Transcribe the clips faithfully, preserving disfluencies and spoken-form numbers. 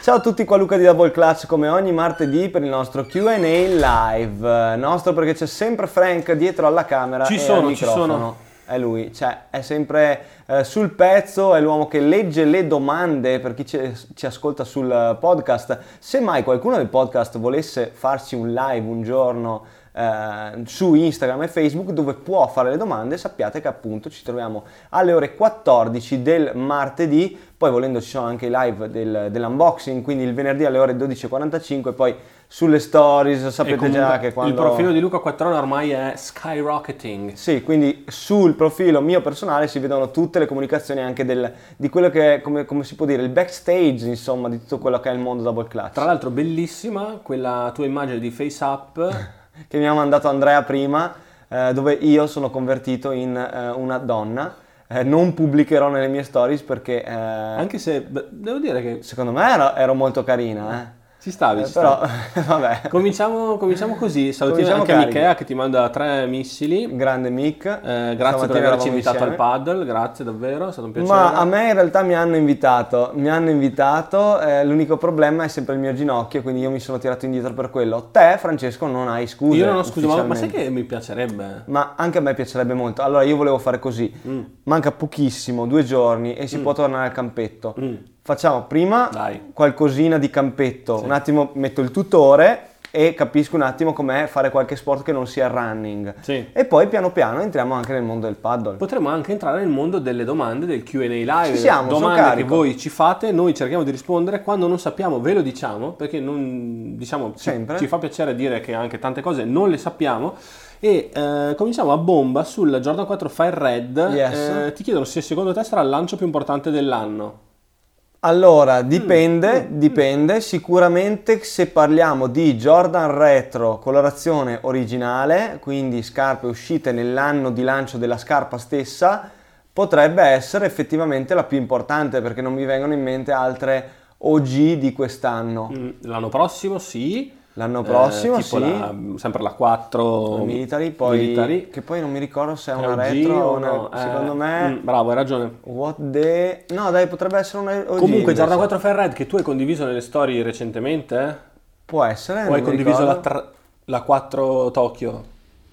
Ciao a tutti, qua Luca di Double Clutch come ogni martedì per il nostro Q and A live. Nostro perché c'è sempre Frank dietro alla camera ci e sono, al microfono. Ci sono. È lui, cioè è sempre eh, sul pezzo, è l'uomo che legge le domande per chi ci, ci ascolta sul podcast. Se mai qualcuno del podcast volesse farci un live un giorno eh, su Instagram e Facebook dove può fare le domande, sappiate che appunto ci troviamo alle ore quattordici del martedì, poi volendo ci sono anche i live del, dell'unboxing, quindi il venerdì alle ore dodici e quarantacinque, poi sulle stories sapete già che quando... il profilo di Luca Quattrone ormai è skyrocketing. Sì, quindi sul profilo mio personale si vedono tutte le comunicazioni anche del, di quello che è, come, come si può dire, il backstage, insomma, di tutto quello che è il mondo Double Clutch. Tra l'altro bellissima quella tua immagine di face up che mi ha mandato Andrea prima, eh, dove io sono convertito in eh, una donna. Eh, non pubblicherò nelle mie stories perché... Eh, anche se, beh, devo dire che... secondo me ero, ero molto carina, eh. Ci stavi, eh, ci però, stavi. vabbè. Cominciamo, cominciamo così, salutiamo anche carichi. Michea che ti manda tre missili. Grande Mick. Eh, grazie per averci invitato insieme al paddle, grazie davvero, è stato un piacere. Ma a me in realtà mi hanno invitato, mi hanno invitato, eh, l'unico problema è sempre il mio ginocchio, quindi io mi sono tirato indietro per quello. Te, Francesco, non hai scuse. Io non ho scuse, ma, ma sai che mi piacerebbe? Ma anche a me piacerebbe molto. Allora io volevo fare così, mm. manca pochissimo, due giorni e si mm. può tornare al campetto. Mm. Facciamo prima Dai. qualcosina di campetto, sì. un attimo metto il tutore e capisco un attimo com'è fare qualche sport che non sia running. Sì. E poi piano piano entriamo anche nel mondo del paddle. Potremmo anche entrare nel mondo delle domande del Q and A live. Ci siamo, domande che voi ci fate, noi cerchiamo di rispondere, quando non sappiamo ve lo diciamo, perché non, diciamo, ci, ci fa piacere dire che anche tante cose non le sappiamo. E eh, cominciamo a bomba sul Jordan quattro Fire Red. Yes. Eh, ti chiedono se secondo te sarà il lancio più importante dell'anno. Allora, dipende, mm. dipende, sicuramente se parliamo di Jordan Retro colorazione originale, quindi scarpe uscite nell'anno di lancio della scarpa stessa, potrebbe essere effettivamente la più importante perché non mi vengono in mente altre O G di quest'anno. Mm, l'anno prossimo sì. L'anno prossimo eh, tipo sì, la, sempre la quattro la Military, poi, Military, che poi non mi ricordo se è una O G retro o una, no, secondo eh, me... Mm, bravo, hai ragione. What the... No dai, potrebbe essere una O G. Comunque Jordan quattro Fire Red che tu hai condiviso nelle storie recentemente? Può essere, o hai condiviso la, tra- la quattro Tokyo?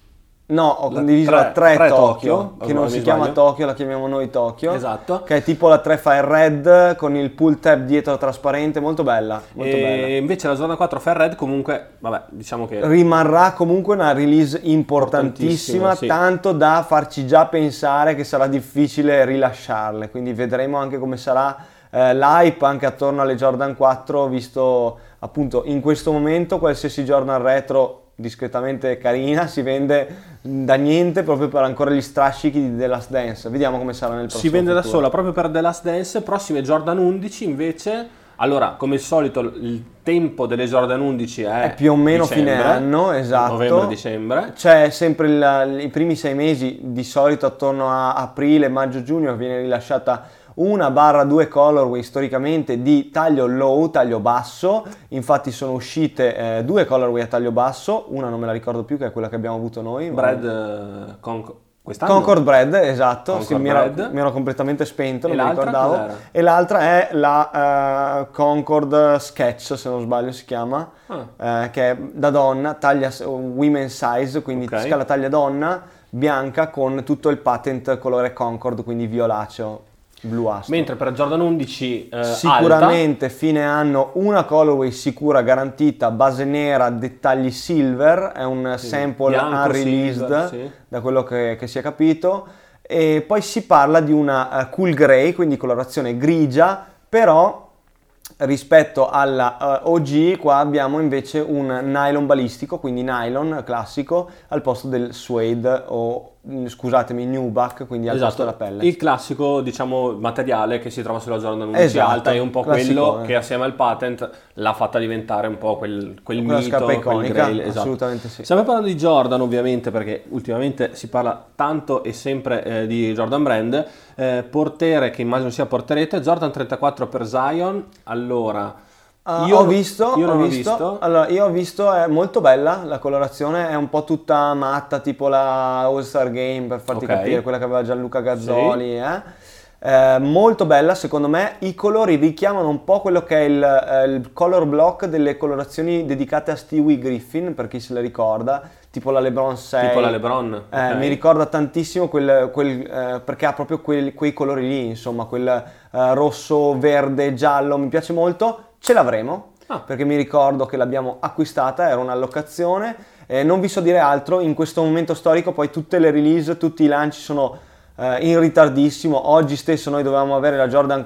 No, ho la condiviso tre, la tre, tre Tokyo, Tokyo, che non si chiama Tokyo, la chiamiamo noi Tokyo. Esatto. Che è tipo la tre Fire Red con il pull tab dietro trasparente, molto bella. Molto e bella. invece la Jordan quattro Fire Red comunque, vabbè, diciamo che... rimarrà comunque una release importantissima, sì. tanto da farci già pensare che sarà difficile rilasciarle. Quindi vedremo anche come sarà eh, l'hype anche attorno alle Jordan quattro, visto appunto in questo momento qualsiasi Jordan retro discretamente carina si vende da niente proprio per ancora gli strascichi di The Last Dance. Vediamo come sarà nel prossimo si vende futuro. Da sola proprio per The Last Dance. Prossime Jordan undici invece, allora come al solito il tempo delle Jordan undici è, è più o meno dicembre, fine anno, esatto, novembre-dicembre. C'è sempre il, i primi sei mesi, di solito attorno a aprile, maggio, giugno viene rilasciata una barra due colorway storicamente di taglio low, taglio basso. Infatti sono uscite eh, due colorway a taglio basso, una non me la ricordo più che è quella che abbiamo avuto noi. Bread uh, Concord quest'anno? Concord Bread, esatto, Concord sì, mi, Bread. ero, mi ero completamente spento, non e mi ricordavo. Cos'era? E l'altra è la uh, Concord Sketch, se non sbaglio si chiama, ah. uh, che è da donna, taglia women's size, quindi okay. scala taglia donna, bianca con tutto il patent colore Concord, quindi violaceo. Bluastro. Mentre per Jordan undici eh, sicuramente alta. Fine anno una colorway sicura garantita, base nera, dettagli silver, è un sì, sample unreleased silver, sì. da quello che, che si è capito, e poi si parla di una uh, cool grey, quindi colorazione grigia, però rispetto alla uh, O G qua abbiamo invece un nylon balistico, quindi nylon classico al posto del suede o scusatemi nubuck, quindi al esatto. posto della pelle. Il classico, diciamo, materiale che si trova sulla Jordan undici esatto. alta è un po' Classicone. quello che assieme al patent l'ha fatta diventare un po' quel, quel Quella mito, scarpa iconica, quel grail, esatto. assolutamente sì. Stiamo parlando di Jordan ovviamente perché ultimamente si parla tanto e sempre eh, di Jordan Brand. Eh, portere, che immagino sia porterete, Jordan trentaquattro per Zion. Allora Uh, io ho visto, io non ho ho visto. visto. Allora, io ho visto, è molto bella la colorazione, è un po' tutta matta, tipo la All Star Game, per farti okay. capire, quella che aveva Gianluca Gazzoli, sì. eh. Eh, molto bella secondo me, i colori richiamano un po' quello che è il, eh, il color block delle colorazioni dedicate a Stewie Griffin, per chi se le ricorda, tipo la LeBron sei. Tipo la LeBron. Eh, Okay. Mi ricorda tantissimo quel, quel, eh, perché ha proprio quel- quei colori lì, insomma, quel eh, rosso, verde, giallo, mi piace molto, ce l'avremo. Ah. Perché mi ricordo che l'abbiamo acquistata, era un'allocazione, eh, non vi so dire altro, in questo momento storico poi tutte le release, tutti i lanci sono eh, in ritardissimo. Oggi stesso noi dovevamo avere la Jordan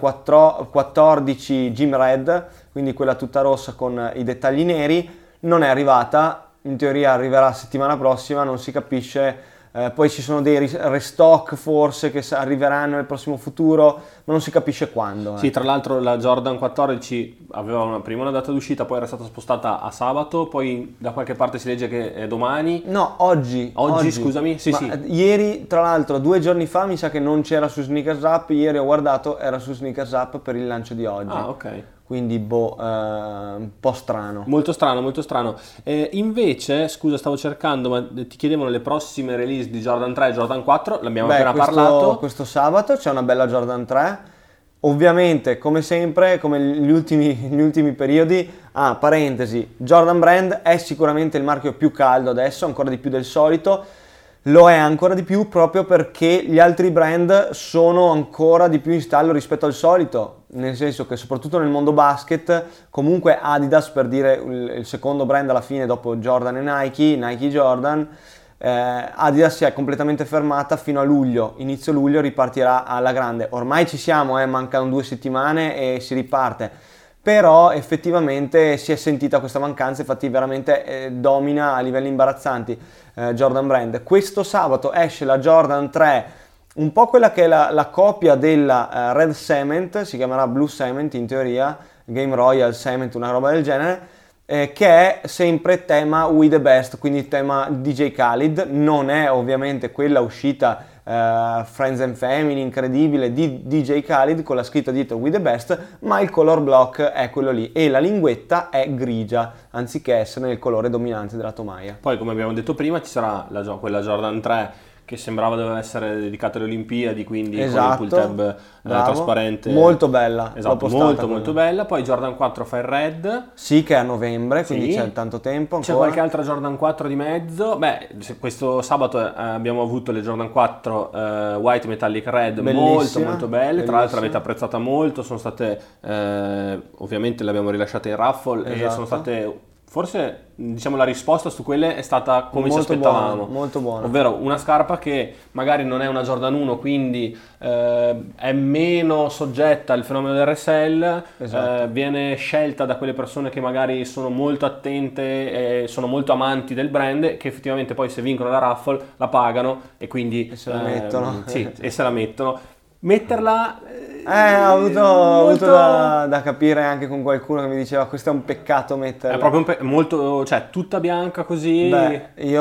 quattordici Gym Red, quindi quella tutta rossa con i dettagli neri, non è arrivata, in teoria arriverà settimana prossima, non si capisce. Eh, poi ci sono dei restock forse che arriveranno nel prossimo futuro, ma non si capisce quando. Sì, eh. tra l'altro la Jordan quattordici aveva una, prima una data d'uscita, poi era stata spostata a sabato, poi da qualche parte si legge che è domani. No, oggi. Oggi, scusami? Sì, Ma sì. Ieri, tra l'altro, due giorni fa mi sa che non c'era su Sneakers Up, ieri ho guardato, era su Sneakers Up per il lancio di oggi. Ah, ok. Quindi, boh, eh, un po' strano. Molto strano, molto strano. Eh, invece, scusa, stavo cercando, ma ti chiedevano le prossime release di Jordan tre e Jordan quattro, l'abbiamo Beh, appena questo, parlato. questo sabato c'è una bella Jordan tre. Ovviamente, come sempre, come gli ultimi, gli ultimi periodi, ah, parentesi, Jordan Brand è sicuramente il marchio più caldo adesso, ancora di più del solito. Lo è ancora di più proprio perché gli altri brand sono ancora di più in stallo rispetto al solito, nel senso che soprattutto nel mondo basket, comunque Adidas, per dire il, il secondo brand alla fine dopo Jordan e Nike, Nike Jordan, eh, Adidas si è completamente fermata fino a luglio, inizio luglio ripartirà alla grande. Ormai ci siamo, eh, mancano due settimane e si riparte. Però effettivamente si è sentita questa mancanza, infatti veramente eh, domina a livelli imbarazzanti eh, Jordan Brand. Questo sabato esce la Jordan tre, un po' quella che è la, la copia della eh, Red Cement, si chiamerà Blue Cement in teoria, Game Royal Cement, una roba del genere, eh, che è sempre tema We The Best, quindi tema D J Khaled, non è ovviamente quella uscita Uh, Friends and Family incredibile di D J Khaled con la scritta dietro We The Best, ma il color block è quello lì e la linguetta è grigia anziché essere nel colore dominante della tomaia. Poi, come abbiamo detto prima, ci sarà la, quella Jordan tre che sembrava doveva essere dedicata alle Olimpiadi, quindi esatto, con il pull tab eh, trasparente. Molto bella. Esatto, molto molto bella. Poi Jordan quattro fa il red. Sì, che è a novembre, quindi sì. C'è tanto tempo ancora. C'è qualche altra Jordan quattro di mezzo. Beh, questo sabato eh, abbiamo avuto le Jordan quattro eh, White Metallic Red, bellissima, molto molto belle. Bellissima. Tra l'altro l'avete apprezzata molto, sono state, eh, ovviamente le abbiamo rilasciate in raffle, esatto. E sono state... Forse diciamo la risposta su quelle è stata come molto ci aspettavamo, buona, molto buona. Ovvero una scarpa che magari non è una Jordan uno, quindi eh, è meno soggetta al fenomeno del resell, esatto. eh, viene scelta da quelle persone che magari sono molto attente e sono molto amanti del brand, che effettivamente poi se vincono la raffle la pagano e quindi e se la eh, mettono. Sì, e se la mettono. Metterla... Eh, ho avuto, molto... ho avuto da, da capire anche con qualcuno che mi diceva questo è un peccato metterla. È proprio un pe- molto, cioè tutta bianca così. Beh,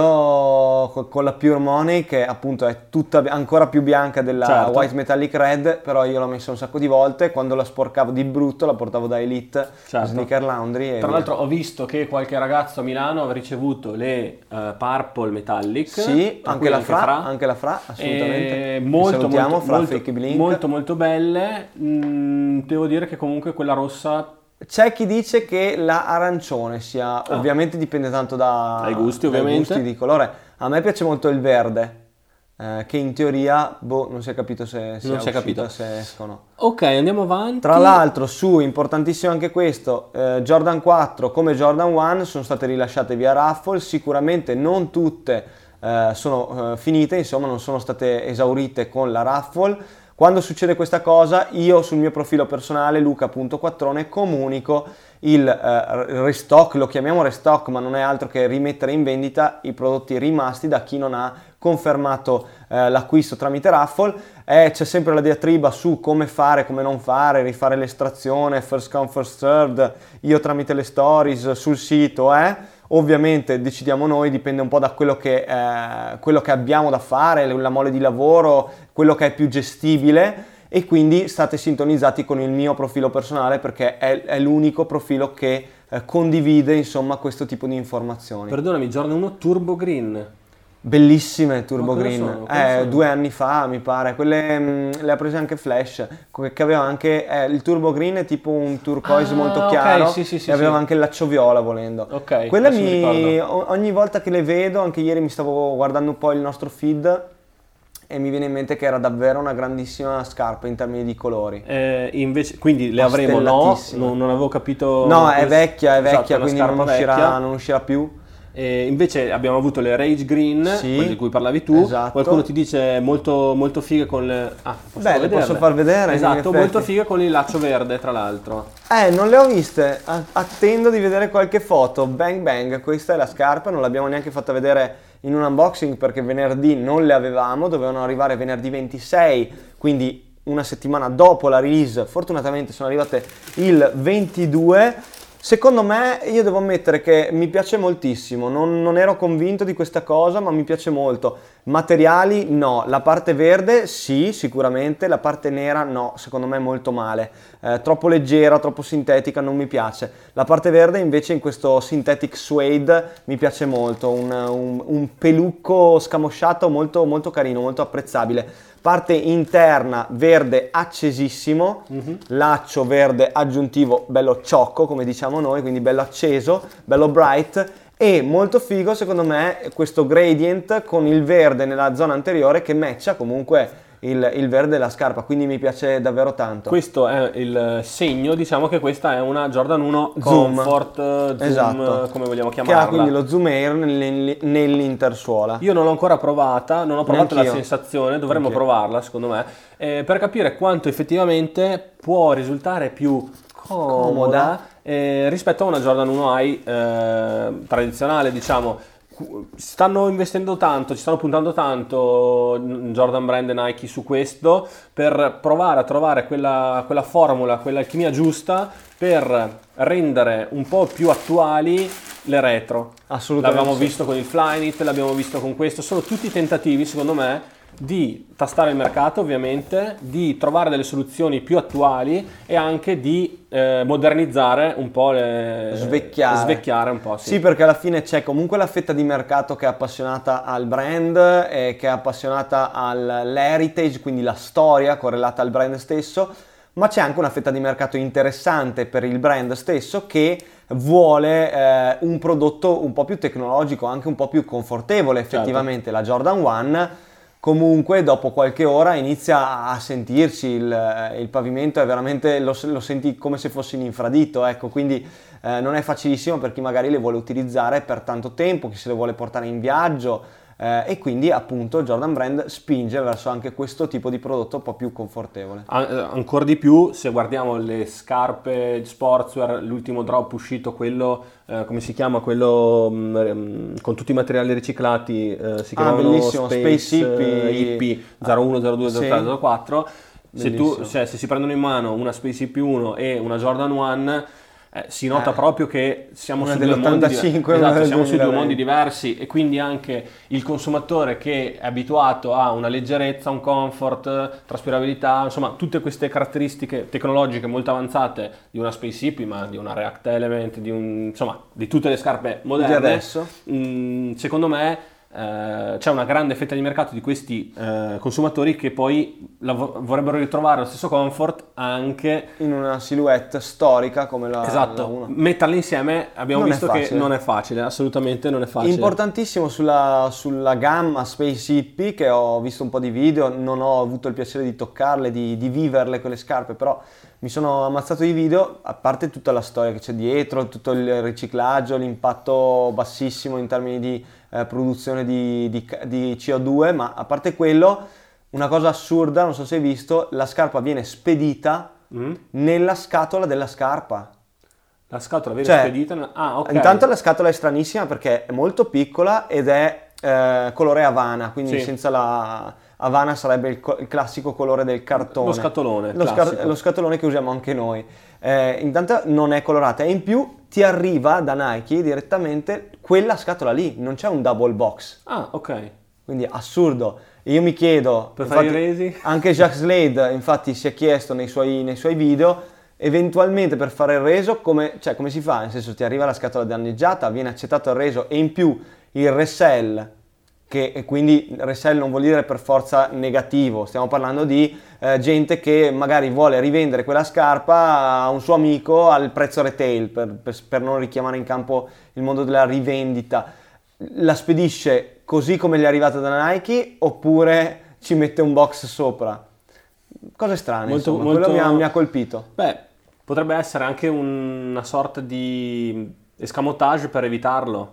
io con la Pure Money, che appunto è tutta ancora più bianca della certo. White Metallic Red, però io l'ho messa un sacco di volte, quando la sporcavo di brutto la portavo da Elite, certo. Sneaker Laundry. E tra l'altro ho visto che qualche ragazzo a Milano aveva ricevuto le uh, Purple Metallic. Sì, anche la, anche, fra, fra, anche la Fra, assolutamente. E molto, salutiamo, molto, Fra molto, Fake Blink. molto molto belle. Mm, devo dire che comunque quella rossa... C'è chi dice che la arancione sia, ah. ovviamente dipende tanto da, dai gusti, ovviamente. Dai gusti di colore. A me piace molto il verde, eh, che in teoria, boh, non si è capito se, se non è si è capito se escono. Ok, andiamo avanti. Tra l'altro, su, importantissimo anche questo, eh, Jordan quattro come Jordan uno sono state rilasciate via raffle, sicuramente non tutte eh, sono eh, finite, insomma non sono state esaurite con la raffle. Quando succede questa cosa, io sul mio profilo personale, luca punto quattrone, comunico il eh, restock, lo chiamiamo restock, ma non è altro che rimettere in vendita i prodotti rimasti da chi non ha confermato eh, l'acquisto tramite raffle. Eh, c'è sempre la diatriba su come fare, come non fare, rifare l'estrazione, first come, first served, io tramite le stories sul sito, eh. Ovviamente decidiamo noi, dipende un po' da quello che, eh, quello che abbiamo da fare, la mole di lavoro, quello che è più gestibile, e quindi state sintonizzati con il mio profilo personale perché è, è l'unico profilo che eh, condivide insomma questo tipo di informazioni. Perdonami, Jordan uno Turbo Green. Bellissime Turbo Ma cosa Green, sono? Cosa eh, sono? due anni fa mi pare, quelle mh, le ha prese anche Flash, co- che aveva anche, eh, il Turbo Green è tipo un turquoise Ah, molto ok, chiaro sì, sì, sì, e aveva sì. anche il laccio viola volendo. Ok, Quelle adesso mi mi, ricordo. o- ogni volta che le vedo, anche ieri mi stavo guardando un po' il nostro feed e mi viene in mente che era davvero una grandissima scarpa in termini di colori. Eh, invece, quindi le avremo, no? Pastellatissima. Non, non avevo capito. No, è come- vecchia, è esatto, vecchia, una quindi non scarpa uscirà, vecchia. non uscirà più. E invece abbiamo avuto le Rage Green, Sì, quelle di cui parlavi tu. esatto. Qualcuno ti dice molto, molto fighe con le. Ah, posso Beh, le vederle? posso far vedere, in Esatto, effetti. molto fighe con il laccio verde, tra l'altro. Eh, non le ho viste, A- attendo di vedere qualche foto. Bang bang, questa è la scarpa, non l'abbiamo neanche fatta vedere in un unboxing perché venerdì non le avevamo, dovevano arrivare venerdì ventisei, quindi una settimana dopo la release. Fortunatamente sono arrivate il ventidue. Secondo me, io devo ammettere che mi piace moltissimo, non, non ero convinto di questa cosa, ma mi piace molto. Materiali no, la parte verde sì, sicuramente, la parte nera no, secondo me molto male. Eh, troppo leggera, troppo sintetica, non mi piace. La parte verde invece in questo synthetic suede mi piace molto, un, un, un pelucco scamosciato molto, molto carino, molto apprezzabile. Parte interna verde accesissimo, Mhm. laccio verde aggiuntivo bello ciocco come diciamo noi, quindi bello acceso, bello bright e molto figo secondo me questo gradient con il verde nella zona anteriore che matcha comunque il, il verde della scarpa, quindi mi piace davvero tanto. Questo è il segno, diciamo che questa è una Jordan uno Zoom. Comfort, Zoom, Esatto. come vogliamo Che chiamarla. ha quindi lo zoom air nell'in- nell'intersuola. Io non l'ho ancora provata, non ho provato la Neanch'io. sensazione, dovremmo Neanch'io. provarla secondo me, eh, per capire quanto effettivamente può risultare più comoda, Comoda. eh, rispetto a una Jordan uno High eh, tradizionale, diciamo. Stanno investendo tanto, ci stanno puntando tanto Jordan Brand e Nike su questo per provare a trovare quella, quella formula, quell'alchimia giusta per rendere un po' più attuali le retro. Assolutamente L'abbiamo sì. visto con il Flyknit, l'abbiamo visto con questo, sono tutti tentativi secondo me di tastare il mercato ovviamente, di trovare delle soluzioni più attuali e anche di eh, modernizzare un po' le... Svecchiare. svecchiare un po', sì. Sì, perché alla fine c'è comunque la fetta di mercato che è appassionata al brand e che è appassionata all'heritage, quindi la storia correlata al brand stesso, ma c'è anche una fetta di mercato interessante per il brand stesso che vuole eh, un prodotto un po' più tecnologico, anche un po' più confortevole effettivamente. La Jordan uno comunque dopo qualche ora inizia a sentirci, il, il pavimento è veramente, lo, lo senti come se fosse in infradito, ecco, quindi eh, non è facilissimo per chi magari le vuole utilizzare per tanto tempo, chi se le vuole portare in viaggio eh, e quindi appunto Jordan Brand spinge verso anche questo tipo di prodotto un po' più confortevole. An- ancora di più se guardiamo le scarpe sportswear, l'ultimo drop uscito, quello eh, come si chiama, quello mh, con tutti i materiali riciclati, eh, si Ah, chiamano bellissimo, Space, Space Hippie. eh, Hippie zero uno, zero due, zero tre, Sì. zero quattro. Se, tu, Bellissimo. cioè, se si prendono in mano una Space Hippie uno e una Jordan uno, eh, si nota Eh. proprio che siamo Una su due mondi dell'ottantacinque e diversi. una Esatto, del siamo su due duemilaventi. mondi diversi e quindi anche il consumatore che è abituato a una leggerezza, un comfort, traspirabilità, insomma tutte queste caratteristiche tecnologiche molto avanzate di una Space Hippie, ma di una React Element, di, un, insomma, di tutte le scarpe moderne, Di adesso. mh, secondo me eh, c'è una grande fetta di mercato di questi eh, consumatori che poi la vo- vorrebbero ritrovare lo stesso comfort anche. In una silhouette storica come la, la Esatto, uno. metterli insieme abbiamo Non è visto che facile. non è facile, assolutamente non è facile. Importantissimo sulla, sulla gamma Space Hippie, che ho visto un po' di video, non ho avuto il piacere di toccarle, di, di viverle quelle scarpe, però mi sono ammazzato di video, a parte tutta la storia che c'è dietro, tutto il riciclaggio, l'impatto bassissimo in termini di eh, produzione di, di, di C O due, ma a parte quello, una cosa assurda, non so se hai visto, la scarpa viene spedita Mm? nella scatola della scarpa. La scatola viene Cioè, spedita. Ah, ok. Intanto la scatola è stranissima perché è molto piccola ed è eh, colore Havana, quindi Sì. senza la Havana sarebbe il, co- il classico colore del cartone. Lo scatolone, Lo, sca- classico. lo scatolone che usiamo anche noi. Eh, intanto non è colorata e in più ti arriva da Nike direttamente quella scatola lì, non c'è un double box. Ah, ok. Quindi assurdo. E io mi chiedo, Per fare i infatti, resi? anche Jacques Slade infatti si è chiesto nei suoi, nei suoi video, eventualmente per fare il reso, come, cioè, come si fa? Nel senso ti arriva la scatola danneggiata, viene accettato il reso e in più il resell, che che quindi resell non vuol dire per forza negativo, stiamo parlando di eh, gente che magari vuole rivendere quella scarpa a un suo amico al prezzo retail, per, per, per non richiamare in campo il mondo della rivendita. La spedisce così come gli è arrivata da Nike oppure ci mette un box sopra? Cose strane, molto, insomma, molto... quello mi ha, mi ha colpito. Beh, potrebbe essere anche una sorta di escamotage per evitarlo.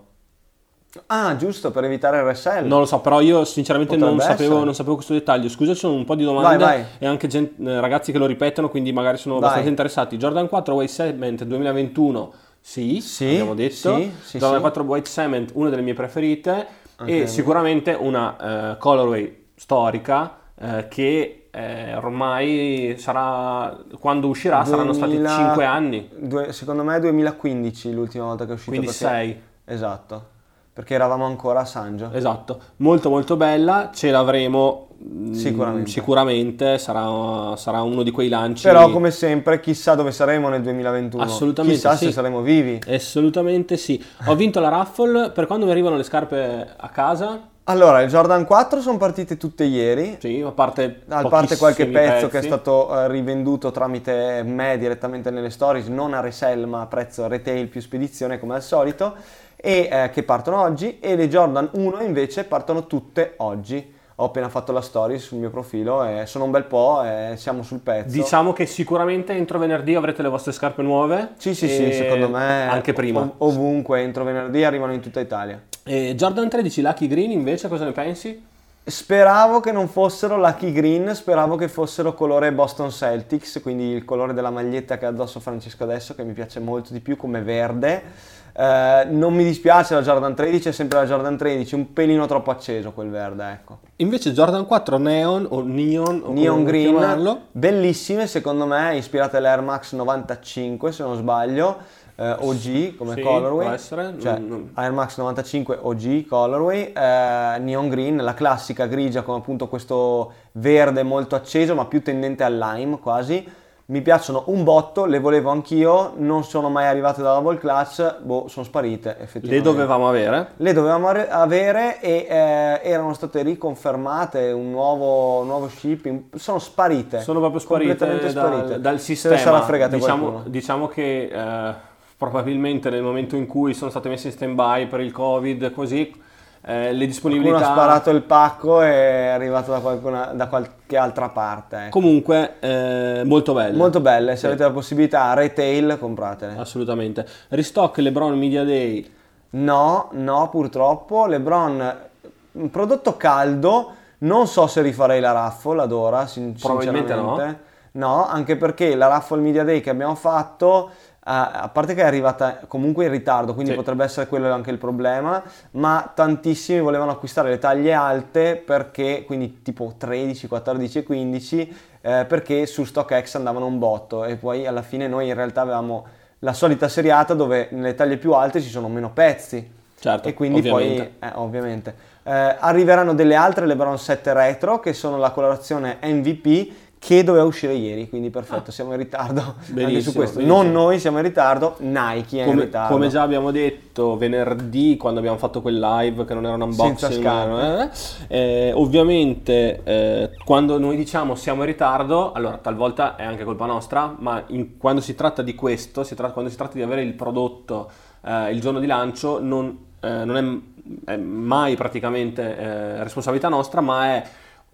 Ah, giusto, per evitare il resell. Non lo so, però io sinceramente non sapevo, non sapevo questo dettaglio. Scusa, ci sono un po' di domande vai, vai. e anche gente, ragazzi che lo ripetono, quindi magari sono vai. abbastanza interessati. Jordan quattro White Cement duemilaventuno, sì, sì abbiamo detto. Sì, sì, Jordan sì. quattro White Cement, una delle mie preferite, okay. E sicuramente una uh, colorway storica uh, che eh, ormai sarà, quando uscirà duemila saranno stati cinque anni. Due, secondo me è duemilaquindici l'ultima volta che è uscito. Quindi sei. Esatto. Perché eravamo ancora a Sangio. Esatto, molto molto bella, ce l'avremo sicuramente, sicuramente sarà, sarà uno di quei lanci. Però come sempre chissà dove saremo nel duemilaventuno. Assolutamente chissà sì. se saremo vivi. Assolutamente sì. Ho vinto la raffle, per quando mi arrivano le scarpe a casa? Allora, il Jordan quattro sono partite tutte ieri. Sì, a parte, a parte qualche pezzo pezzi. che è stato uh, rivenduto tramite me direttamente nelle stories, non a resell ma a prezzo retail più spedizione come al solito, e eh, che partono oggi, e le Jordan uno invece partono tutte oggi. Ho appena fatto la story sul mio profilo e sono un bel po' e siamo sul pezzo. Diciamo che sicuramente entro venerdì avrete le vostre scarpe nuove. Sì, sì, sì, secondo me anche prima. Ov- ovunque entro venerdì arrivano in tutta Italia. E Jordan tredici Lucky Green invece cosa ne pensi? Speravo che non fossero Lucky Green, speravo che fossero colore Boston Celtics, quindi il colore della maglietta che ha addosso Francesco adesso, che mi piace molto di più come verde. Uh, non mi dispiace la Jordan tredici, è sempre la Jordan tredici, un pelino troppo acceso quel verde, ecco. Invece Jordan quattro Neon o Neon o Neon Green, bellissime secondo me, ispirate all'Air Max novantacinque se non sbaglio, uh, O G come sì, colorway, può essere. Cioè mm. Air Max novantacinque O G colorway, uh, Neon Green, la classica grigia con appunto questo verde molto acceso ma più tendente al lime quasi. Mi piacciono un botto, le volevo anch'io, non sono mai arrivate da double clutch, boh, sono sparite effettivamente. Le dovevamo avere? Le dovevamo avere e eh, erano state riconfermate, un nuovo, un nuovo shipping, sono sparite. Sono proprio sparite, completamente sparite. Dal, dal sistema. Se le sarà fregate diciamo, qualcuno. diciamo che eh, probabilmente nel momento in cui sono state messe in stand-by per il Covid, così... Eh, le disponibilità. Qualcuno ha sparato il pacco e è arrivato da, qualcuna, da qualche altra parte. Ecco. Comunque, eh, molto belle. Molto belle, se sì. avete la possibilità, retail, compratele. Assolutamente. Restock LeBron Media Day? No, no, purtroppo. LeBron, un prodotto caldo, non so se rifarei la raffle ad ora, sin- Probabilmente sinceramente. No. No, anche perché la raffle Media Day che abbiamo fatto... Uh, a parte che è arrivata comunque in ritardo, quindi sì. potrebbe essere quello anche il problema, ma tantissimi volevano acquistare le taglie alte perché, quindi tipo tredici, quattordici e quindici, eh, perché su StockX andavano un botto e poi alla fine noi in realtà avevamo la solita seriata dove nelle taglie più alte ci sono meno pezzi. Certo, e quindi ovviamente. poi, eh, ovviamente. Eh, arriveranno delle altre LeBron sette Retro che sono la colorazione M V P che doveva uscire ieri, quindi perfetto, ah. siamo in ritardo anche su questo. Benissimo. Non noi siamo in ritardo, Nike è come, in ritardo. Come già abbiamo detto venerdì quando abbiamo fatto quel live che non era un unboxing, eh, eh, ovviamente eh, quando noi diciamo siamo in ritardo, allora talvolta è anche colpa nostra, ma in, quando si tratta di questo, si tratta, quando si tratta di avere il prodotto eh, il giorno di lancio, non, eh, non è, è mai praticamente eh, responsabilità nostra, ma è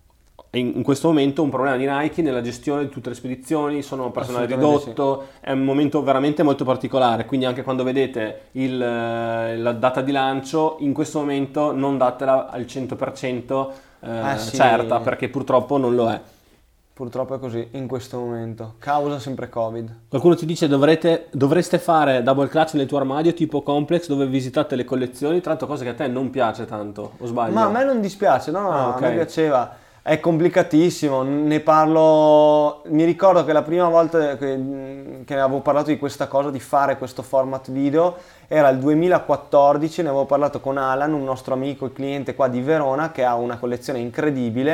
in questo momento un problema di Nike nella gestione di tutte le spedizioni, sono personale ridotto, sì. È un momento veramente molto particolare, quindi anche quando vedete il, la data di lancio, in questo momento non datela al cento per cento eh, ah, sì. certa, perché purtroppo non lo è. Purtroppo è così, in questo momento. Causa sempre Covid. Qualcuno ti dice dovrete, dovreste fare double clutch nel tuo armadio tipo complex dove visitate le collezioni, tra l'altro cosa che a te non piace tanto, o sbaglio? Ma a me non dispiace, no, no, ah, okay. a me piaceva. È complicatissimo, ne parlo, mi ricordo che la prima volta che, che avevo parlato di questa cosa, di fare questo format video, era il duemilaquattordici, ne avevo parlato con Alan, un nostro amico e cliente qua di Verona, che ha una collezione incredibile,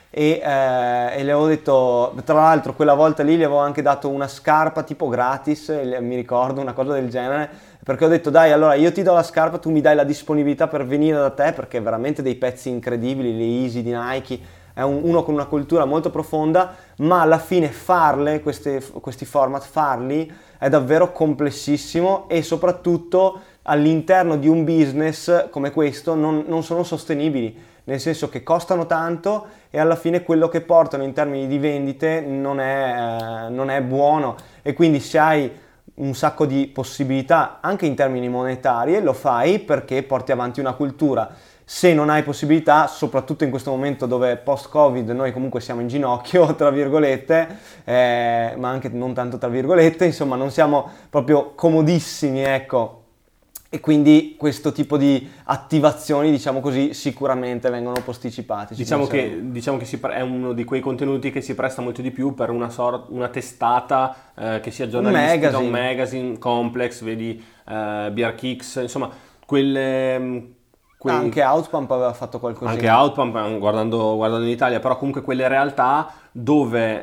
e, eh, e le avevo detto, tra l'altro quella volta lì gli avevo anche dato una scarpa tipo gratis, mi ricordo, una cosa del genere, perché ho detto dai, allora io ti do la scarpa, tu mi dai la disponibilità per venire da te, perché veramente dei pezzi incredibili, le Easy di Nike, è un, uno con una cultura molto profonda, ma alla fine farle, queste, questi format, farli è davvero complessissimo e soprattutto all'interno di un business come questo non, non sono sostenibili, nel senso che costano tanto e alla fine quello che portano in termini di vendite non è, eh, non è buono, e quindi se hai un sacco di possibilità anche in termini monetari lo fai perché porti avanti una cultura. Se non hai possibilità, soprattutto in questo momento dove post-Covid noi comunque siamo in ginocchio, tra virgolette, eh, ma anche non tanto tra virgolette, insomma non siamo proprio comodissimi, ecco. E quindi questo tipo di attivazioni, diciamo così, sicuramente vengono posticipate. Diciamo che, diciamo che si pre- è uno di quei contenuti che si presta molto di più per una, sort- una testata eh, che sia giornalistica, un magazine, un magazine complex, vedi eh, B R Kicks, insomma, quelle... Quei... Anche Outpump aveva fatto qualcosa. Anche Outpump, guardando, guardando in Italia, però comunque quelle realtà dove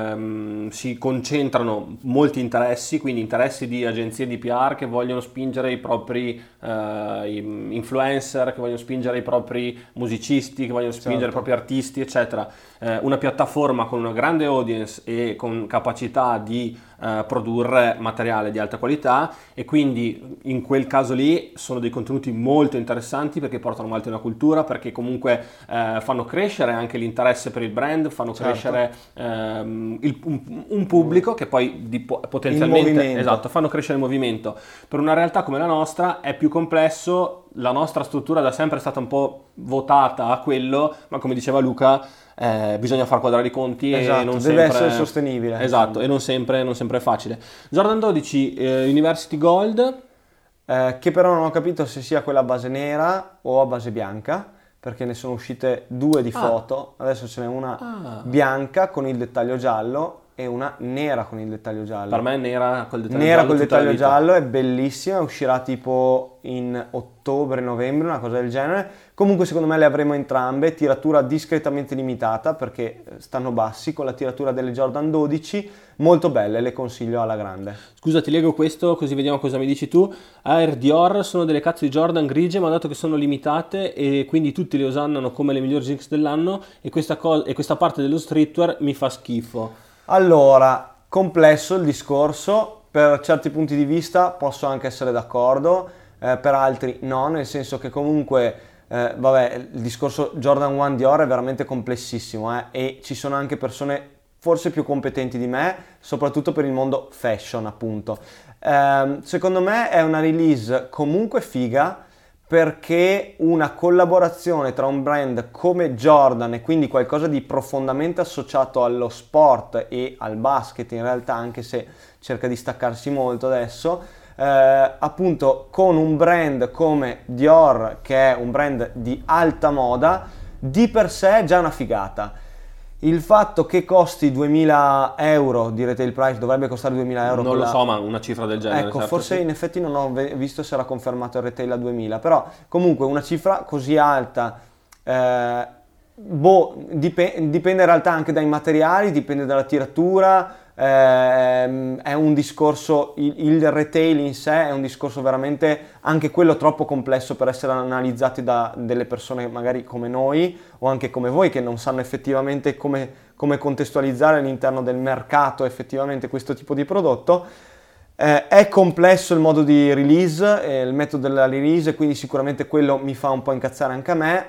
ehm, si concentrano molti interessi, quindi interessi di agenzie di P R che vogliono spingere i propri eh, influencer, che vogliono spingere i propri musicisti, che vogliono spingere certo. i propri artisti, eccetera. Eh, una piattaforma con una grande audience e con capacità di eh, produrre materiale di alta qualità, e quindi in quel caso lì sono dei contenuti molto interessanti perché portano avanti una cultura, perché comunque eh, fanno crescere anche l'interesse per il brand, fanno certo. crescere ehm, il, un, un pubblico che poi di, potenzialmente esatto, fanno crescere il movimento. Per una realtà come la nostra è più complesso, la nostra struttura da sempre è stata un po' votata a quello, ma come diceva Luca eh, bisogna far quadrare i conti esatto, e non deve sempre, essere sostenibile. Esatto, e non sempre, non sempre è facile. Jordan dodici eh, University Gold, eh, che però non ho capito se sia quella a base nera o a base bianca, perché ne sono uscite due di foto, ah. adesso ce n'è una ah. bianca con il dettaglio giallo e una nera con il dettaglio giallo. Per me è nera col dettaglio nera giallo. Nera col dettaglio giallo, è bellissima, uscirà tipo in ottobre, novembre, una cosa del genere. Comunque secondo me le avremo entrambe, tiratura discretamente limitata perché stanno bassi con la tiratura delle Jordan dodici, molto belle, le consiglio alla grande. Scusa, ti leggo questo così vediamo cosa mi dici tu. Air Dior sono delle cazzo di Jordan grigie, ma dato che sono limitate e quindi tutti le osannano come le migliori X dell'anno, e questa, co- e questa parte dello streetwear mi fa schifo. Allora, complesso il discorso, per certi punti di vista posso anche essere d'accordo, eh, per altri no, nel senso che comunque, eh, vabbè, il discorso Jordan uno Dior è veramente complessissimo, eh, e ci sono anche persone forse più competenti di me, soprattutto per il mondo fashion, appunto. Eh, secondo me è una release comunque figa, perché una collaborazione tra un brand come Jordan e quindi qualcosa di profondamente associato allo sport e al basket in realtà, anche se cerca di staccarsi molto adesso, eh, appunto con un brand come Dior, che è un brand di alta moda, di per sé è già una figata. Il fatto che costi duemila euro di retail price, dovrebbe costare duemila euro. Non lo la... so, ma una cifra del genere. Ecco, certo, forse sì. in effetti non ho visto se era confermato il retail a duemila, però comunque una cifra così alta, eh, boh, dip- dipende in realtà anche dai materiali, dipende dalla tiratura, eh, è un discorso, il, il retail in sé è un discorso veramente anche quello troppo complesso per essere analizzati da delle persone magari come noi o anche come voi che non sanno effettivamente come, come contestualizzare all'interno del mercato effettivamente questo tipo di prodotto. Eh, è complesso il modo di release, eh, il metodo della release, quindi sicuramente quello mi fa un po' incazzare anche a me,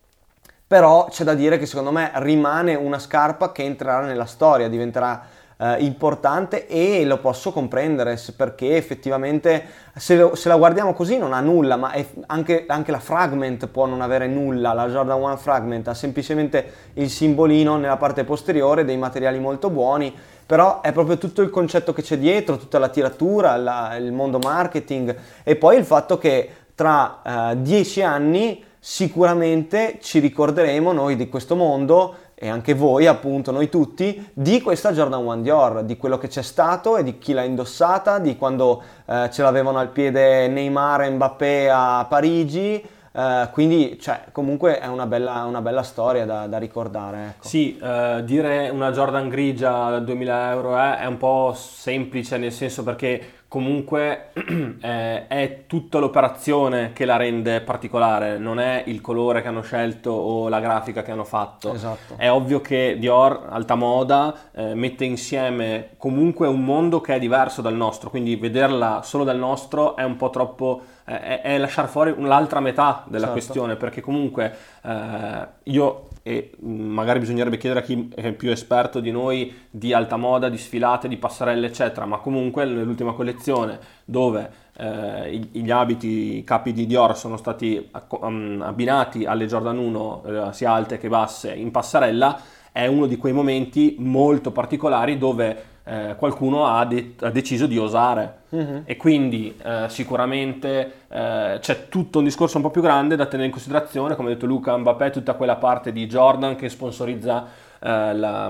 però c'è da dire che secondo me rimane una scarpa che entrerà nella storia, diventerà eh, importante, e lo posso comprendere perché effettivamente se, lo, se la guardiamo così non ha nulla, ma è anche, anche la Fragment può non avere nulla, la Jordan uno Fragment ha semplicemente il simbolino nella parte posteriore, dei materiali molto buoni, però è proprio tutto il concetto che c'è dietro, tutta la tiratura, la, il mondo marketing, e poi il fatto che tra eh, dieci anni sicuramente ci ricorderemo noi di questo mondo, e anche voi appunto, noi tutti, di questa Jordan uno Dior, di quello che c'è stato e di chi l'ha indossata, di quando eh, ce l'avevano al piede Neymar e Mbappé a Parigi, Uh, quindi cioè, comunque è una bella, una bella storia da, da ricordare. Ecco. Sì, uh, dire una Jordan grigia da duemila euro è, è un po' semplice, nel senso perché comunque eh, è tutta l'operazione che la rende particolare, non è il colore che hanno scelto o la grafica che hanno fatto. Esatto. È ovvio che Dior, alta moda, eh, mette insieme comunque un mondo che è diverso dal nostro, quindi vederla solo dal nostro è un po' troppo... È, è lasciare fuori l'altra metà della certo. questione, perché comunque eh, io e magari bisognerebbe chiedere a chi è più esperto di noi di alta moda, di sfilate, di passerelle eccetera, ma comunque nell'ultima collezione dove eh, gli abiti, i capi di Dior sono stati abbinati alle Jordan uno eh, sia alte che basse in passerella, è uno di quei momenti molto particolari dove Eh, qualcuno ha, de- ha deciso di osare uh-huh. e quindi eh, sicuramente eh, c'è tutto un discorso un po' più grande da tenere in considerazione, come ha detto Luca, Mbappé, tutta quella parte di Jordan che sponsorizza eh, la,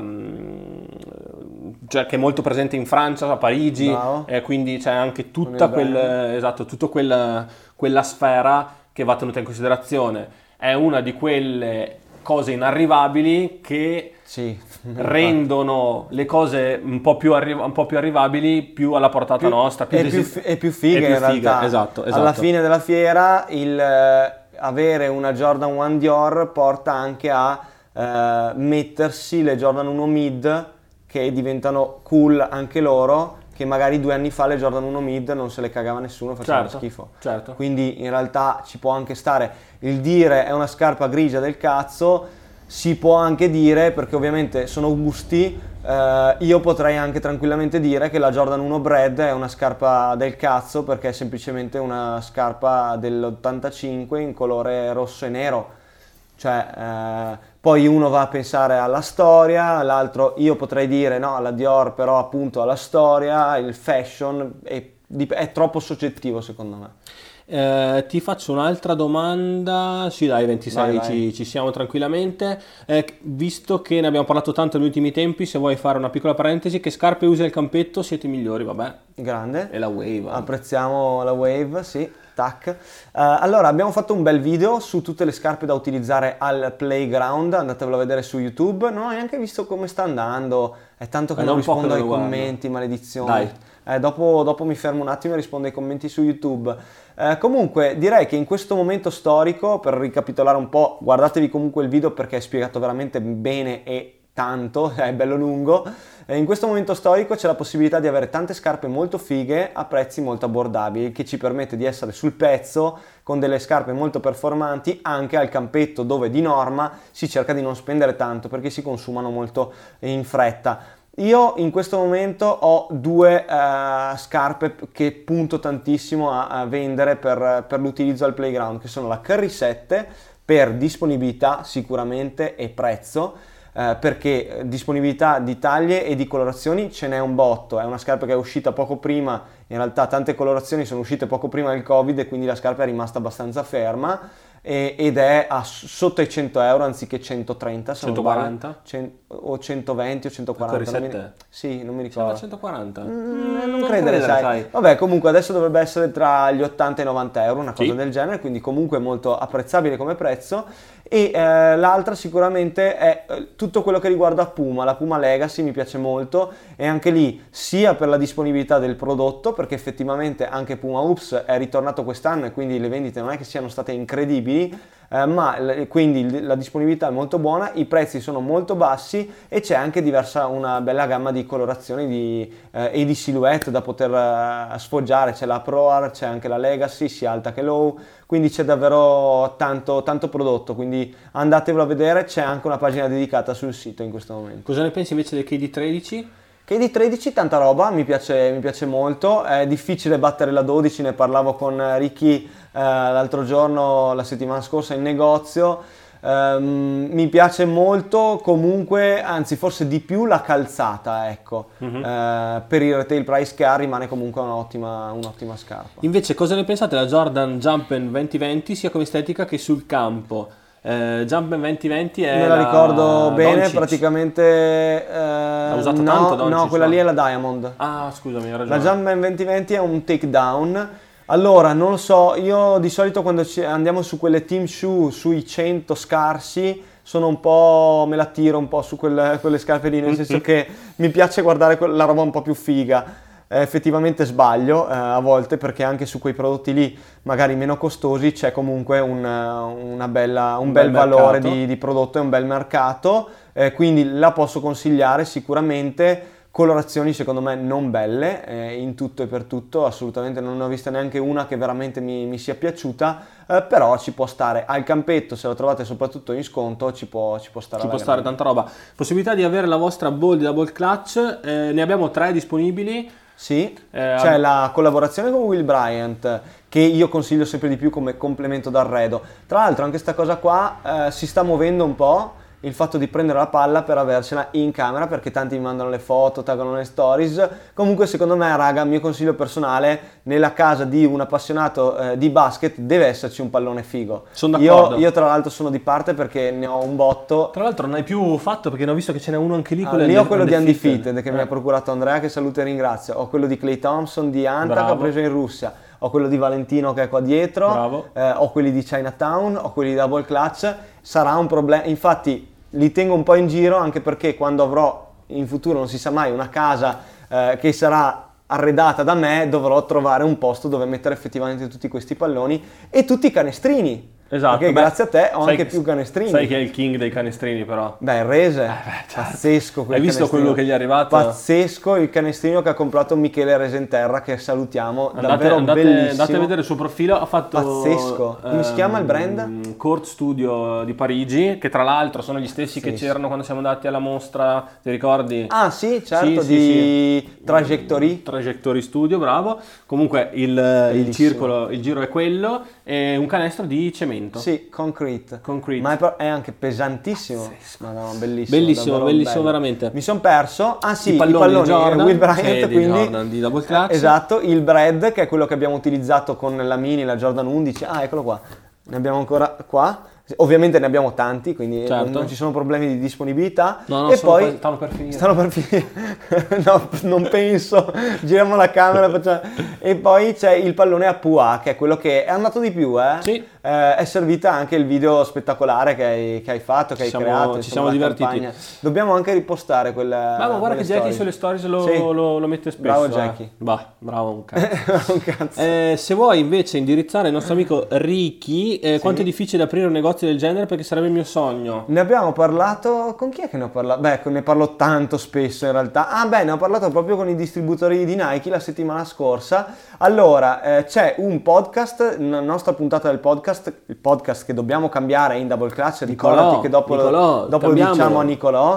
cioè che è molto presente in Francia, a Parigi, e eh, quindi c'è anche tutta quel, esatto, tutta quella, quella sfera che va tenuta in considerazione. È una di quelle cose inarrivabili che sì, rendono le cose un po' più, arri- un po' più arrivabili, più alla portata più, nostra, più e, desi- più f- e più figa, più in figa. realtà. Esatto, esatto. Alla fine della fiera il eh, avere una Jordan uno Dior porta anche a eh, mettersi le Jordan uno Mid che diventano cool anche loro, che magari due anni fa le Jordan uno Mid non se le cagava nessuno, facevano certo, schifo. Certo. Quindi in realtà ci può anche stare il dire è una scarpa grigia del cazzo, si può anche dire, perché ovviamente sono gusti, eh, io potrei anche tranquillamente dire che la Jordan uno Bread è una scarpa del cazzo perché è semplicemente una scarpa dell'ottantacinque in colore rosso e nero. Cioè, eh, poi uno va a pensare alla storia, l'altro io potrei dire no, alla Dior però appunto alla storia, il fashion è, è troppo soggettivo secondo me. Eh, ti faccio un'altra domanda, sì dai ventisei vai, vai. Ci, ci siamo tranquillamente, eh, visto che ne abbiamo parlato tanto negli ultimi tempi, se vuoi fare una piccola parentesi, che scarpe usi al campetto? Siete i migliori, vabbè. Grande. E la Wave. Apprezziamo la Wave, sì. Tac. Uh, allora abbiamo fatto un bel video su tutte le scarpe da utilizzare al playground, andatevelo a vedere su YouTube. Non ho neanche visto come sta andando, è tanto che eh, non rispondo ai guardo. commenti, maledizione. Dai. Eh, dopo, dopo mi fermo un attimo e rispondo ai commenti su YouTube. Eh, comunque direi che in questo momento storico, per ricapitolare un po', guardatevi comunque il video perché è spiegato veramente bene e tanto, è bello lungo. Eh, in questo momento storico c'è la possibilità di avere tante scarpe molto fighe a prezzi molto abbordabili, che ci permette di essere sul pezzo con delle scarpe molto performanti anche al campetto, dove di norma si cerca di non spendere tanto perché si consumano molto in fretta. Io in questo momento ho due uh, scarpe che punto tantissimo a, a vendere per, per l'utilizzo al playground, che sono la Curry sette per disponibilità sicuramente e prezzo, uh, perché disponibilità di taglie e di colorazioni ce n'è un botto. È una scarpa che è uscita poco prima, in realtà tante colorazioni sono uscite poco prima del Covid e quindi la scarpa è rimasta abbastanza ferma ed è a sotto i cento euro anziché centotrenta, se centoquaranta cento, o centoventi o centoquaranta. Non mi, sì, non mi ricordo. centoquaranta? Mm, non, non credere, sai. sai. Vabbè, comunque adesso dovrebbe essere tra gli ottanta e i novanta euro, una cosa sì. del genere, quindi comunque molto apprezzabile come prezzo. E eh, l'altra sicuramente è eh, tutto quello che riguarda Puma, la Puma Legacy mi piace molto, e anche lì sia per la disponibilità del prodotto, perché effettivamente anche Puma Oops è ritornato quest'anno e quindi le vendite non è che siano state incredibili, eh, ma l- quindi la disponibilità è molto buona, i prezzi sono molto bassi e c'è anche diversa, una bella gamma di colorazioni di, eh, e di silhouette da poter uh, sfoggiare. C'è la Pro Art, c'è anche la Legacy sia alta che low, quindi c'è davvero tanto, tanto prodotto, quindi andatevelo a vedere, c'è anche una pagina dedicata sul sito in questo momento. Cosa ne pensi invece del K D tredici? K D tredici tanta roba, mi piace, mi piace molto, è difficile battere la dodici, ne parlavo con Ricky eh, l'altro giorno, la settimana scorsa in negozio. Um, mi piace molto comunque, anzi forse di più la calzata, ecco, uh-huh. uh, per il retail price che ha rimane comunque un'ottima, un'ottima scarpa. Invece cosa ne pensate della Jordan Jumpen venti venti sia come estetica che sul campo? Uh, Jumpen venti venti è me la, la ricordo bene, Doncic. Praticamente uh, l'ha usata no, tanto Doncic, no, quella lì è la Diamond. Ah, scusami, hai ragione. La Jumpen venti venti è un takedown. Allora, non lo so, io di solito quando ci andiamo su quelle team shoe, sui cento scarsi, sono un po', me la tiro un po' su quelle, quelle scarpe lì, nel senso che mi piace guardare la roba un po' più figa. Eh, effettivamente sbaglio eh, a volte, perché anche su quei prodotti lì, magari meno costosi, c'è comunque un, una bella, un, un bel, bel valore di, di prodotto e un bel mercato, eh, quindi la posso consigliare sicuramente. Colorazioni secondo me non belle, eh, in tutto e per tutto, assolutamente non ne ho vista neanche una che veramente mi, mi sia piaciuta, eh, però ci può stare al campetto, se lo trovate soprattutto in sconto, ci può, ci può stare. Ci può stare tanta roba. Possibilità di avere la vostra ball di double clutch, eh, ne abbiamo tre disponibili. Sì, eh, c'è ab- la collaborazione con Will Bryant, che io consiglio sempre di più come complemento d'arredo. Tra l'altro anche questa cosa qua eh, si sta muovendo un po', il fatto di prendere la palla per avercela in camera, perché tanti mi mandano le foto, taggano le stories. Comunque secondo me, raga, mio consiglio personale, nella casa di un appassionato eh, di basket deve esserci un pallone figo. Sono d'accordo. Io, io tra l'altro sono di parte perché ne ho un botto. Tra l'altro non hai più fatto, perché ne ho visto che ce n'è uno anche lì. Ah, lì ho quello di Undefeated che eh. mi ha procurato Andrea, che saluto e ringrazio. Ho quello di Klay Thompson di Anta che ho preso in Russia. Ho quello di Valentino che è qua dietro. Eh, ho quelli di Chinatown, ho quelli di Double Clutch. Sarà un problema, infatti li tengo un po' in giro, anche perché quando avrò in futuro, non si sa mai, una casa eh, che sarà arredata da me, dovrò trovare un posto dove mettere effettivamente tutti questi palloni e tutti i canestrini. Esatto, perché beh, grazie a te ho sai, anche più canestrini. Sai che è il king dei canestrini, però. Beh, il Rese, eh beh, certo. Pazzesco quel Hai visto quello che gli è arrivato? Pazzesco il canestrino che ha comprato Michele Resenterra, che salutiamo, andate, davvero andate, bellissimo. Andate a vedere il suo profilo, ha fatto... Pazzesco. Come ehm, si chiama il brand? Court Studio di Parigi, che tra l'altro sono gli stessi sì, che c'erano quando siamo andati alla mostra, ti ricordi? Ah sì, certo, sì, di sì, sì. Trajectory. Trajectory Studio, bravo. Comunque il, il circolo, il giro è quello, e un canestro di cemento. Sì, concrete. Concrete. Ma è, è anche pesantissimo. Madonna, bellissimo. Bellissimo, bellissimo bello. Veramente. Mi sono perso. Ah sì, i palloni, i palloni Jordan, Will Bryant, di quindi Jordan, di Double Clutch. Esatto, il Brad, che è quello che abbiamo utilizzato con la Mini, la Jordan undici. Ah, eccolo qua. Ne abbiamo ancora qua. Ovviamente ne abbiamo tanti, quindi certo. non, non ci sono problemi di disponibilità. No, no, e poi per, stanno per finire. Stanno per finire. No, non penso. Giriamo la camera. Facciamo... E poi c'è il pallone a P U A, che è quello che è andato di più, eh? Sì. Eh, è servita anche il video spettacolare che hai, che hai fatto, che hai ci siamo, creato. Ci siamo divertiti. Campagna. Dobbiamo anche ripostare quella. Ma guarda che Jackie stories. sulle stories lo, sì. lo, lo mette spesso. Bravo Jackie. Eh. Bah, bravo un cazzo. un cazzo. Eh, se vuoi invece indirizzare il nostro amico Ricky, eh, sì. quanto è difficile aprire un negozio del genere, perché sarebbe il mio sogno. Ne abbiamo parlato, con chi è che ne ho parlato? Beh, ne parlo tanto spesso in realtà. Ah beh, ne ho parlato proprio con i distributori di Nike la settimana scorsa. Allora, eh, c'è un podcast, una nostra puntata del podcast, il podcast che dobbiamo cambiare in Double Clutch, ricordati che dopo, Nicolò, lo, dopo lo diciamo a Nicolò.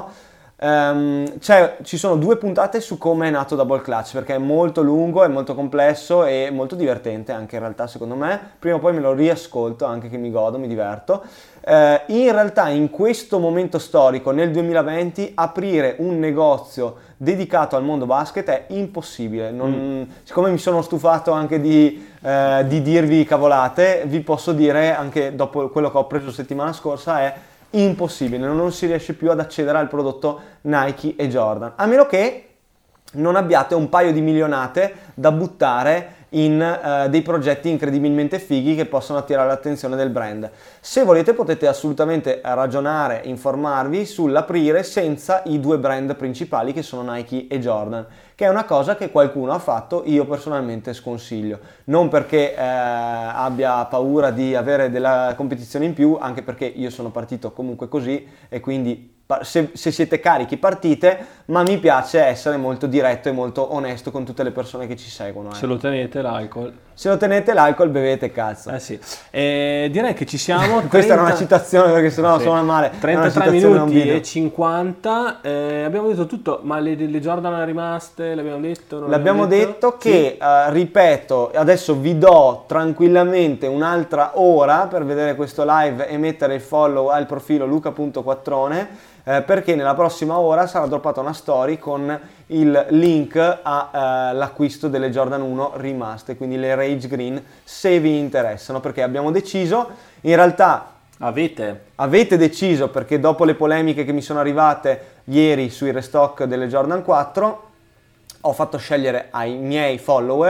Um, cioè, ci sono due puntate su come è nato Double Clutch, perché è molto lungo, è molto complesso e molto divertente anche in realtà, secondo me. Prima o poi me lo riascolto, anche che mi godo, mi diverto. Uh, in realtà in questo momento storico, nel duemilaventi, aprire un negozio dedicato al mondo basket è impossibile. Non, mm. Siccome mi sono stufato anche di, uh, di dirvi cavolate, vi posso dire, anche dopo quello che ho preso settimana scorsa, è impossibile, non si riesce più ad accedere al prodotto Nike e Jordan, a meno che non abbiate un paio di milionate da buttare in uh, dei progetti incredibilmente fighi che possono attirare l'attenzione del brand. Se volete potete assolutamente ragionare, informarvi sull'aprire senza i due brand principali che sono Nike e Jordan, che è una cosa che qualcuno ha fatto, io personalmente sconsiglio, non perché eh, abbia paura di avere della competizione in più, anche perché io sono partito comunque così e quindi Se, se siete carichi partite, ma mi piace essere molto diretto e molto onesto con tutte le persone che ci seguono. Eh. Se lo tenete l'alcol. Se lo tenete l'alcol bevete cazzo. Eh sì. E direi che ci siamo. Questa trenta... era una citazione perché sennò sì. suona male. trentatré minuti e cinquanta. Eh, abbiamo detto tutto, ma le, le Jordan rimaste, l'abbiamo detto? Non l'abbiamo detto, detto che, sì. uh, ripeto, adesso vi do tranquillamente un'altra ora per vedere questo live e mettere il follow al profilo luca punto quattrone. Eh, perché nella prossima ora sarà droppata una story con il link all'acquisto eh, delle Jordan uno rimaste, quindi le Rage Green, se vi interessano, perché abbiamo deciso, in realtà avete avete deciso, perché dopo le polemiche che mi sono arrivate ieri sui restock delle Jordan quattro, ho fatto scegliere ai miei follower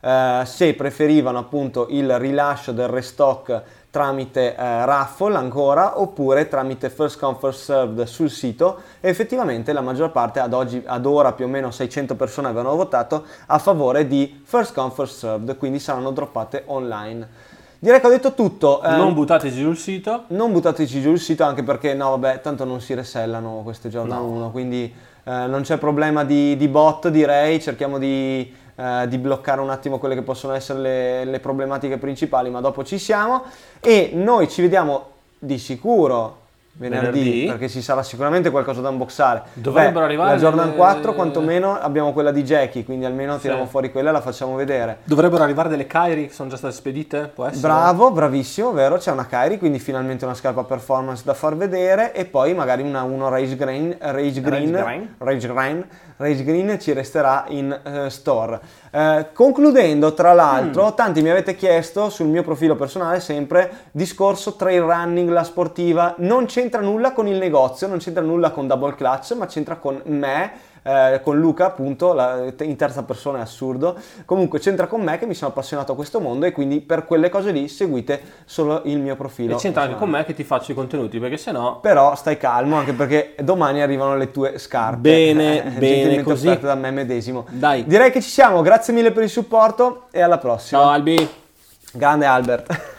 eh, se preferivano appunto il rilascio del restock tramite eh, raffle ancora oppure tramite first come first served sul sito, e effettivamente la maggior parte ad oggi, ad ora più o meno seicento persone avevano votato a favore di first come first served, quindi saranno droppate online. Direi che ho detto tutto. Non eh, buttateci giù il sito. Non buttateci giù il sito, anche perché no vabbè, tanto non si resellano queste Jordan uno, quindi eh, non c'è problema di, di bot, direi. Cerchiamo di Uh, di bloccare un attimo quelle che possono essere le, le problematiche principali, ma dopo ci siamo, e noi ci vediamo di sicuro venerdì, venerdì. perché ci sarà sicuramente qualcosa da unboxare. Dovrebbero Beh, arrivare la Jordan delle... quattro, quantomeno abbiamo quella di Jackie, quindi almeno sì. tiriamo fuori quella e la facciamo vedere. Dovrebbero arrivare delle Kyrie che sono già state spedite, può essere? Bravo, bravissimo, vero, c'è una Kyrie, quindi finalmente una scarpa performance da far vedere, e poi magari una uno Rage Green, Rage Green, Rage Green, Rage Green, Rage Green ci resterà in uh, store. Uh, concludendo, tra l'altro, mm. tanti mi avete chiesto sul mio profilo personale sempre discorso trail running, la sportiva, non c'entra nulla con il negozio, non c'entra nulla con Double Clutch, ma c'entra con me, eh, con Luca appunto, la, in terza persona è assurdo, comunque c'entra con me che mi sono appassionato a questo mondo, e quindi per quelle cose lì seguite solo il mio profilo. E c'entra anche con me che ti faccio i contenuti, perché sennò... Però stai calmo, anche perché domani arrivano le tue scarpe. Bene, eh, bene, così. Offerte da me medesimo. Dai. Direi che ci siamo, grazie mille per il supporto e alla prossima. Ciao Albi. Grande Albert.